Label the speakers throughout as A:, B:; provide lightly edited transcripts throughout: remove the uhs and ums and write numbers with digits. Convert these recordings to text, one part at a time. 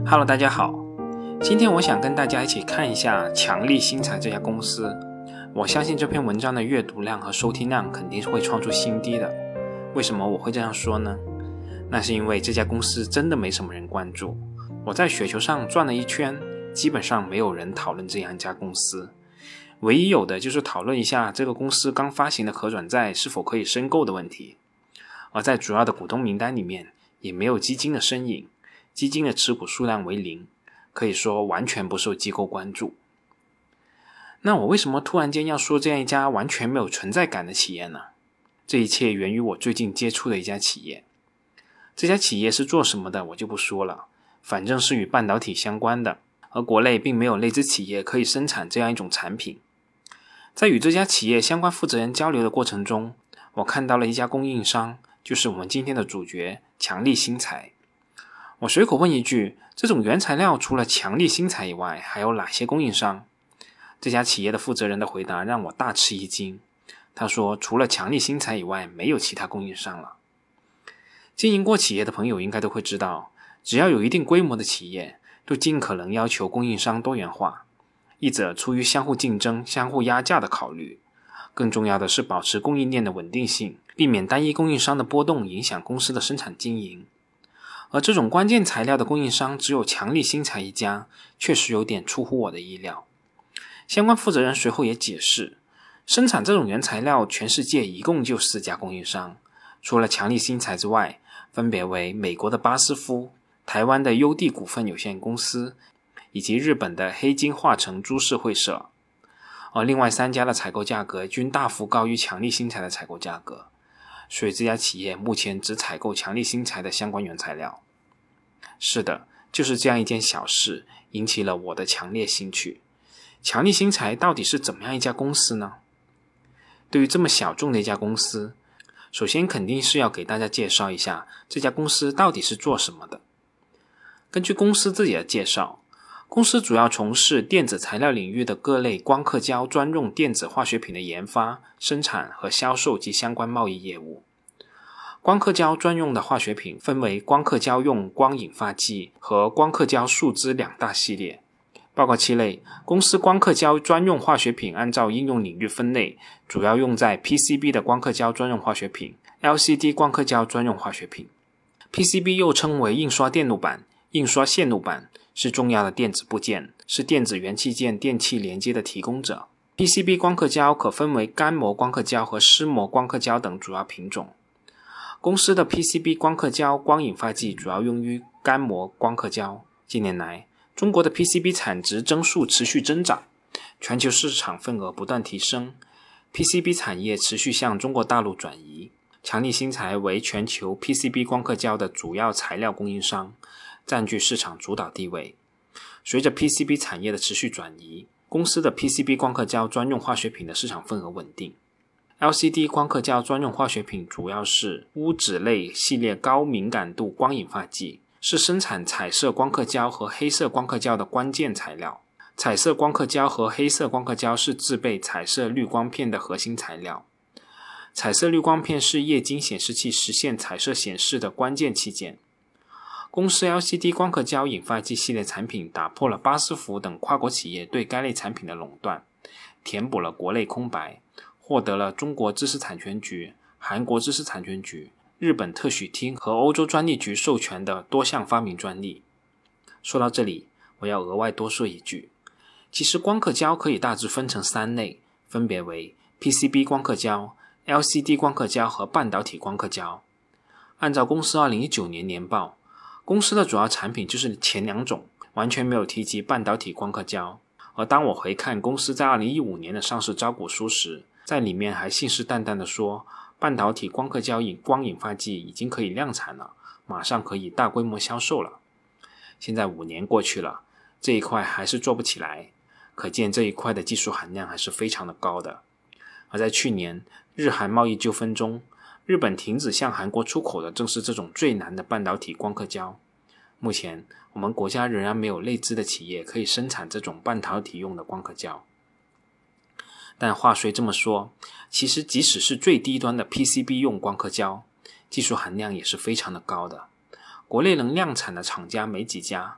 A: Hello， 大家好，今天我想跟大家一起看一下强力新材这家公司。我相信这篇文章的阅读量和收听量肯定是会创出新低的。为什么我会这样说呢？那是因为这家公司真的没什么人关注。我在雪球上转了一圈，基本上没有人讨论这样一家公司，唯一有的就是讨论一下这个公司刚发行的可转债是否可以申购的问题。而在主要的股东名单里面也没有基金的身影，基金的持股数量为0，可以说完全不受机构关注。那我为什么突然间要说这样一家完全没有存在感的企业呢？这一切源于我最近接触的一家企业。这家企业是做什么的我就不说了，反正是与半导体相关的，而国内并没有类似企业可以生产这样一种产品。在与这家企业相关负责人交流的过程中，我看到了一家供应商，就是我们今天的主角强力新材。我随口问一句，这种原材料除了强力新材以外还有哪些供应商？这家企业的负责人的回答让我大吃一惊，他说除了强力新材以外没有其他供应商了。经营过企业的朋友应该都会知道，只要有一定规模的企业都尽可能要求供应商多元化，一者出于相互竞争相互压价的考虑，更重要的是保持供应链的稳定性，避免单一供应商的波动影响公司的生产经营。而这种关键材料的供应商只有强力新材一家，确实有点出乎我的意料。相关负责人随后也解释，生产这种原材料全世界一共就4家供应商，除了强力新材之外，分别为美国的巴斯夫、台湾的优地股份有限公司以及日本的黑金化成株式会社。而另外3家的采购价格均大幅高于强力新材的采购价格，所以这家企业目前只采购强力新材的相关原材料。是的，就是这样一件小事引起了我的强烈兴趣。强力新材到底是怎么样一家公司呢？对于这么小众的一家公司，首先肯定是要给大家介绍一下这家公司到底是做什么的。根据公司自己的介绍，公司主要从事电子材料领域的各类光刻胶专用电子化学品的研发、生产和销售及相关贸易业务。光刻胶专用的化学品分为光刻胶用光引发剂和光刻胶树脂2大系列。报告期内，公司光刻胶专用化学品按照应用领域分类，主要用在 PCB 的光刻胶专用化学品、LCD 光刻胶专用化学品。PCB 又称为印刷电路板、印刷线路板，是重要的电子部件，是电子元器件电气连接的提供者。PCB 光刻胶可分为干膜光刻胶和湿膜光刻胶等主要品种。公司的 PCB 光刻胶光引发剂主要用于干膜光刻胶。近年来，中国的 PCB 产值增速持续增长，全球市场份额不断提升， PCB 产业持续向中国大陆转移。强力新材为全球 PCB 光刻胶的主要材料供应商，占据市场主导地位。随着 PCB 产业的持续转移，公司的 PCB 光刻胶专用化学品的市场份额稳定。LCD 光刻胶专用化学品主要是钨酯类系列高敏感度光引发剂，是生产彩色光刻胶和黑色光刻胶的关键材料。彩色光刻胶和黑色光刻胶是制备彩色滤光片的核心材料。彩色滤光片是液晶显示器实现彩色显示的关键器件。公司 LCD 光刻胶引发剂系列产品打破了巴斯夫等跨国企业对该类产品的垄断，填补了国内空白，获得了中国知识产权局、韩国知识产权局、日本特许厅和欧洲专利局授权的多项发明专利。说到这里，我要额外多说一句，其实光刻胶可以大致分成3类，分别为 PCB 光刻胶、LCD 光刻胶和半导体光刻胶。按照公司2019年年报，公司的主要产品就是前2种，完全没有提及半导体光刻胶。而当我回看公司在2015年的上市招股书时，在里面还信誓旦旦地说半导体光刻胶光引发剂已经可以量产了，马上可以大规模销售了。现在5年过去了，这一块还是做不起来，可见这一块的技术含量还是非常的高的。而在去年日韩贸易纠纷中，日本停止向韩国出口的正是这种最难的半导体光刻胶。目前我们国家仍然没有内资的企业可以生产这种半导体用的光刻胶。但话虽这么说，其实即使是最低端的 PCB 用光刻胶，技术含量也是非常的高的。国内能量产的厂家没几家，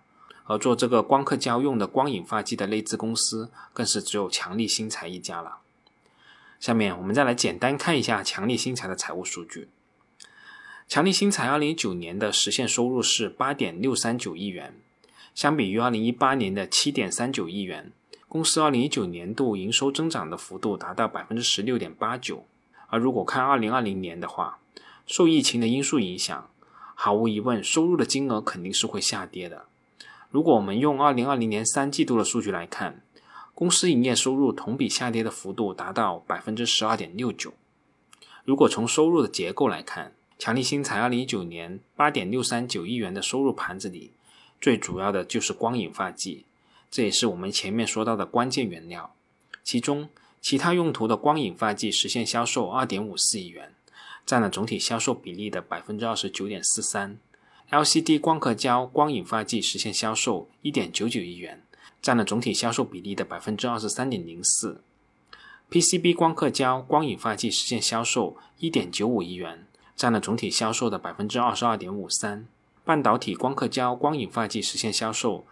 A: 而做这个光刻胶用的光引发剂的类资公司更是只有强力新材一家了。下面我们再来简单看一下强力新材的财务数据。强力新材2019年的实现收入是 8.639 亿元，相比于2018年的 7.39 亿元，公司2019年度营收增长的幅度达到 16.89%。 而如果看2020年的话，受疫情的因素影响，毫无疑问收入的金额肯定是会下跌的。如果我们用2020年3季度的数据来看，公司营业收入同比下跌的幅度达到 12.69%。 如果从收入的结构来看，强力新材2019年 8.639 亿元的收入盘子里，最主要的就是光引发剂，这也是我们前面说到的关键原料。其中其他用途的光引发剂实现销售 2.54 亿元，占了总体销售比例的 29.43%。 LCD 光刻胶光引发剂实现销售 1.99 亿元，占了总体销售比例的 23.04%。 PCB 光刻胶光引发剂实现销售 1.95 亿元，占了总体销售的 22.53%。 半导体光刻胶光引发剂实现销售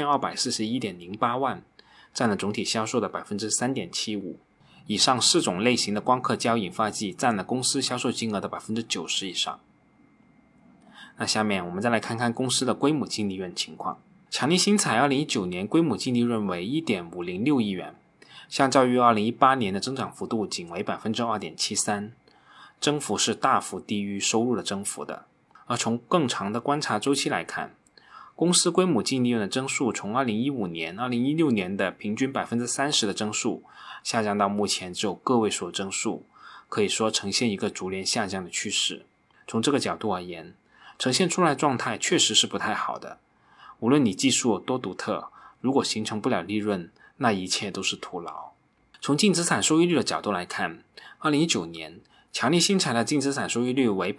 A: 3241.08 万，占了总体销售的 3.75%。 以上4种类型的光刻胶引发剂占了公司销售金额的 90% 以上。那下面我们再来看看公司的归母净利润情况。强力新材2019年归母净利润为 1.506 亿元，相较于2018年的增长幅度仅为 2.73%， 增幅是大幅低于收入的增幅的。而从更长的观察周期来看，公司归母净利润的增速从2015年、2016年的平均 30% 的增速下降到目前只有个位数的增速，可以说呈现一个逐年下降的趋势。从这个角度而言，呈现出来的状态确实是不太好的。无论你技术有多独特，如果形成不了利润，那一切都是徒劳。从净资产收益率的角度来看，2019年强力新材的净资产收益率为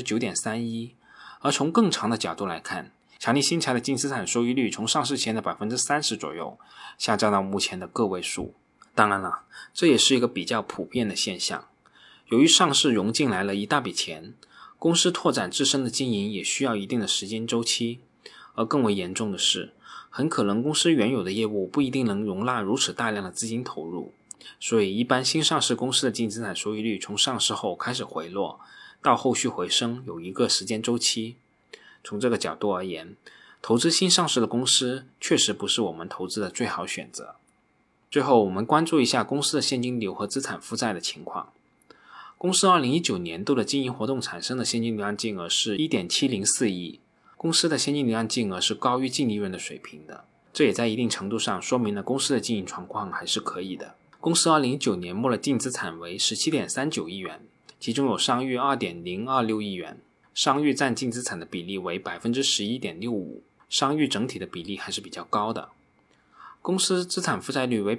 A: 9.31%， 而从更长的角度来看，强力新材的净资产收益率从上市前的 30% 左右下降到目前的个位数。当然了，这也是一个比较普遍的现象。由于上市融进来了一大笔钱，公司拓展自身的经营也需要一定的时间周期，而更为严重的是，很可能公司原有的业务不一定能容纳如此大量的资金投入，所以一般新上市公司的净资产收益率从上市后开始回落，到后续回升有一个时间周期。从这个角度而言，投资新上市的公司确实不是我们投资的最好选择。最后我们关注一下公司的现金流和资产负债的情况。公司2019年度的经营活动产生的现金流量净额是 1.704 亿，公司的现金流量净额是高于净利润的水平的，这也在一定程度上说明了公司的经营状况还是可以的。公司2019年末的净资产为 17.39 亿元，其中有商誉 2.026 亿元，商誉占净资产的比例为 11.65%， 商誉整体的比例还是比较高的。公司资产负债率为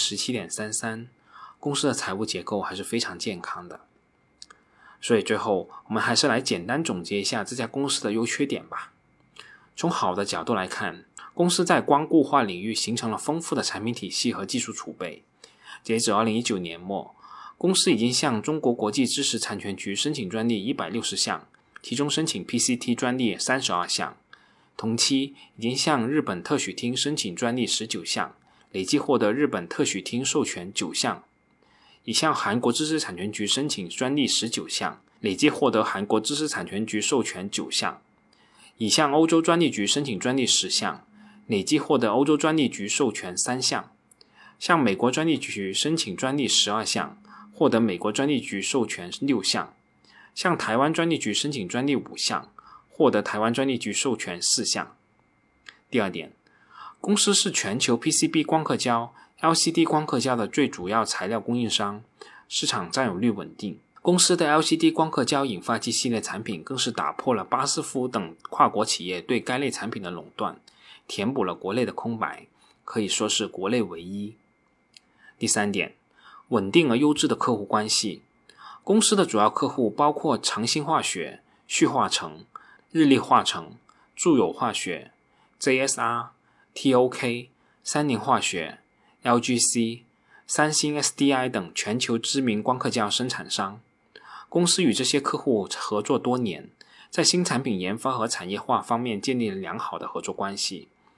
A: 17.33%， 公司的财务结构还是非常健康的。所以最后我们还是来简单总结一下这家公司的优缺点吧。从好的角度来看，公司在光固化领域形成了丰富的产品体系和技术储备。截止2019年末，公司已经向中国国际知识产权局申请专利160项，其中申请 PCT 专利32项，同期已经向日本特许厅申请专利19项，累计获得日本特许厅授权9项，已向韩国知识产权局申请专利19项，累计获得韩国知识产权局授权9项，已向欧洲专利局申请专利10项，累计获得欧洲专利局授权3项，向美国专利局申请专利12项，获得美国专利局授权6项，向台湾专利局申请专利5项，获得台湾专利局授权4项。第二点，公司是全球 PCB 光刻胶、LCD 光刻胶的最主要材料供应商，市场占有率稳定。公司的 LCD 光刻胶引发剂系列产品更是打破了巴斯夫等跨国企业对该类产品的垄断，填补了国内的空白，可以说是国内唯一。第三点，稳定而优质的客户关系。公司的主要客户包括长兴化学、旭化成、日立化成、住友化学、JSR、TOK、三菱化学、LGC、三星 SDI 等全球知名光刻胶生产商。公司与这些客户合作多年，在新产品研发和产业化方面建立了良好的合作关系。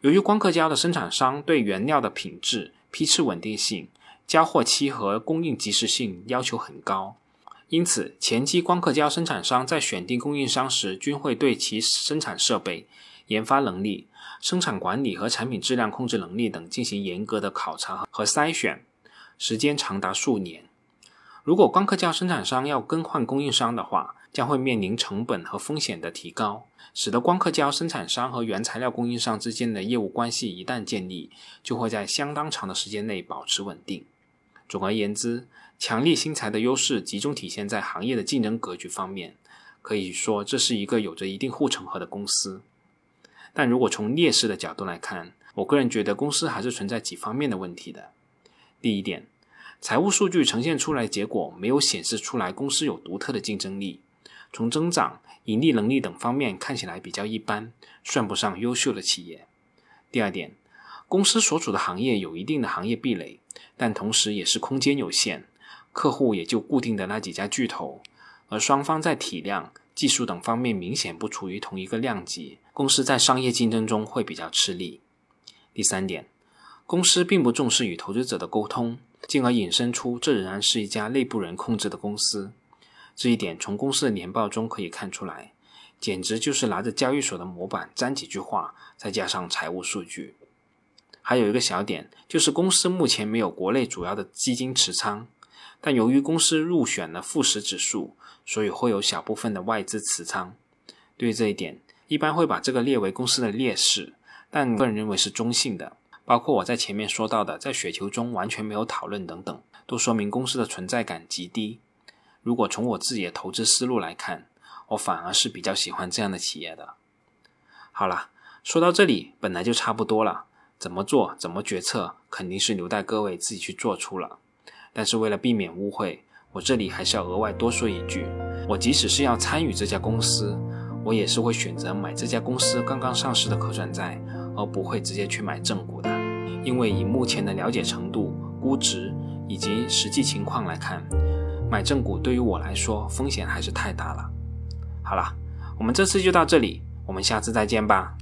A: 由于光刻胶的生产商对原料的品质、批次稳定性、交货期和供应及时性要求很高，因此前期光刻胶生产商在选定供应商时均会对其生产设备、研发能力、生产管理和产品质量控制能力等进行严格的考察和筛选，时间长达数年。如果光刻胶生产商要更换供应商的话，将会面临成本和风险的提高，使得光刻胶生产商和原材料供应商之间的业务关系一旦建立，就会在相当长的时间内保持稳定。总而言之，强力新材的优势集中体现在行业的竞争格局方面，可以说这是一个有着一定护城河的公司。但如果从劣势的角度来看，我个人觉得公司还是存在几方面的问题的。第一点，财务数据呈现出来的结果没有显示出来公司有独特的竞争力，从增长、盈利能力等方面看起来比较一般，算不上优秀的企业。第二点，公司所处的行业有一定的行业壁垒，但同时也是空间有限，客户也就固定的那几家巨头，而双方在体量、技术等方面明显不处于同一个量级，公司在商业竞争中会比较吃力。第三点，公司并不重视与投资者的沟通，进而引申出这仍然是一家内部人控制的公司。这一点从公司的年报中可以看出来，简直就是拿着交易所的模板粘几句话，再加上财务数据。还有一个小点，就是公司目前没有国内主要的基金持仓，但由于公司入选了富时指数，所以会有小部分的外资持仓。对于这一点，一般会把这个列为公司的劣势，但个人认为是中性的，包括我在前面说到的在雪球中完全没有讨论等等，都说明公司的存在感极低。如果从我自己的投资思路来看，我反而是比较喜欢这样的企业的。好了，说到这里本来就差不多了，怎么做怎么决策肯定是留待各位自己去做出了。但是为了避免误会，我这里还是要额外多说一句，我即使是要参与这家公司，我也是会选择买这家公司刚刚上市的可转债，而不会直接去买正股的。因为以目前的了解程度、估值以及实际情况来看，买正股对于我来说风险还是太大了。好了，我们这次就到这里，我们下次再见吧。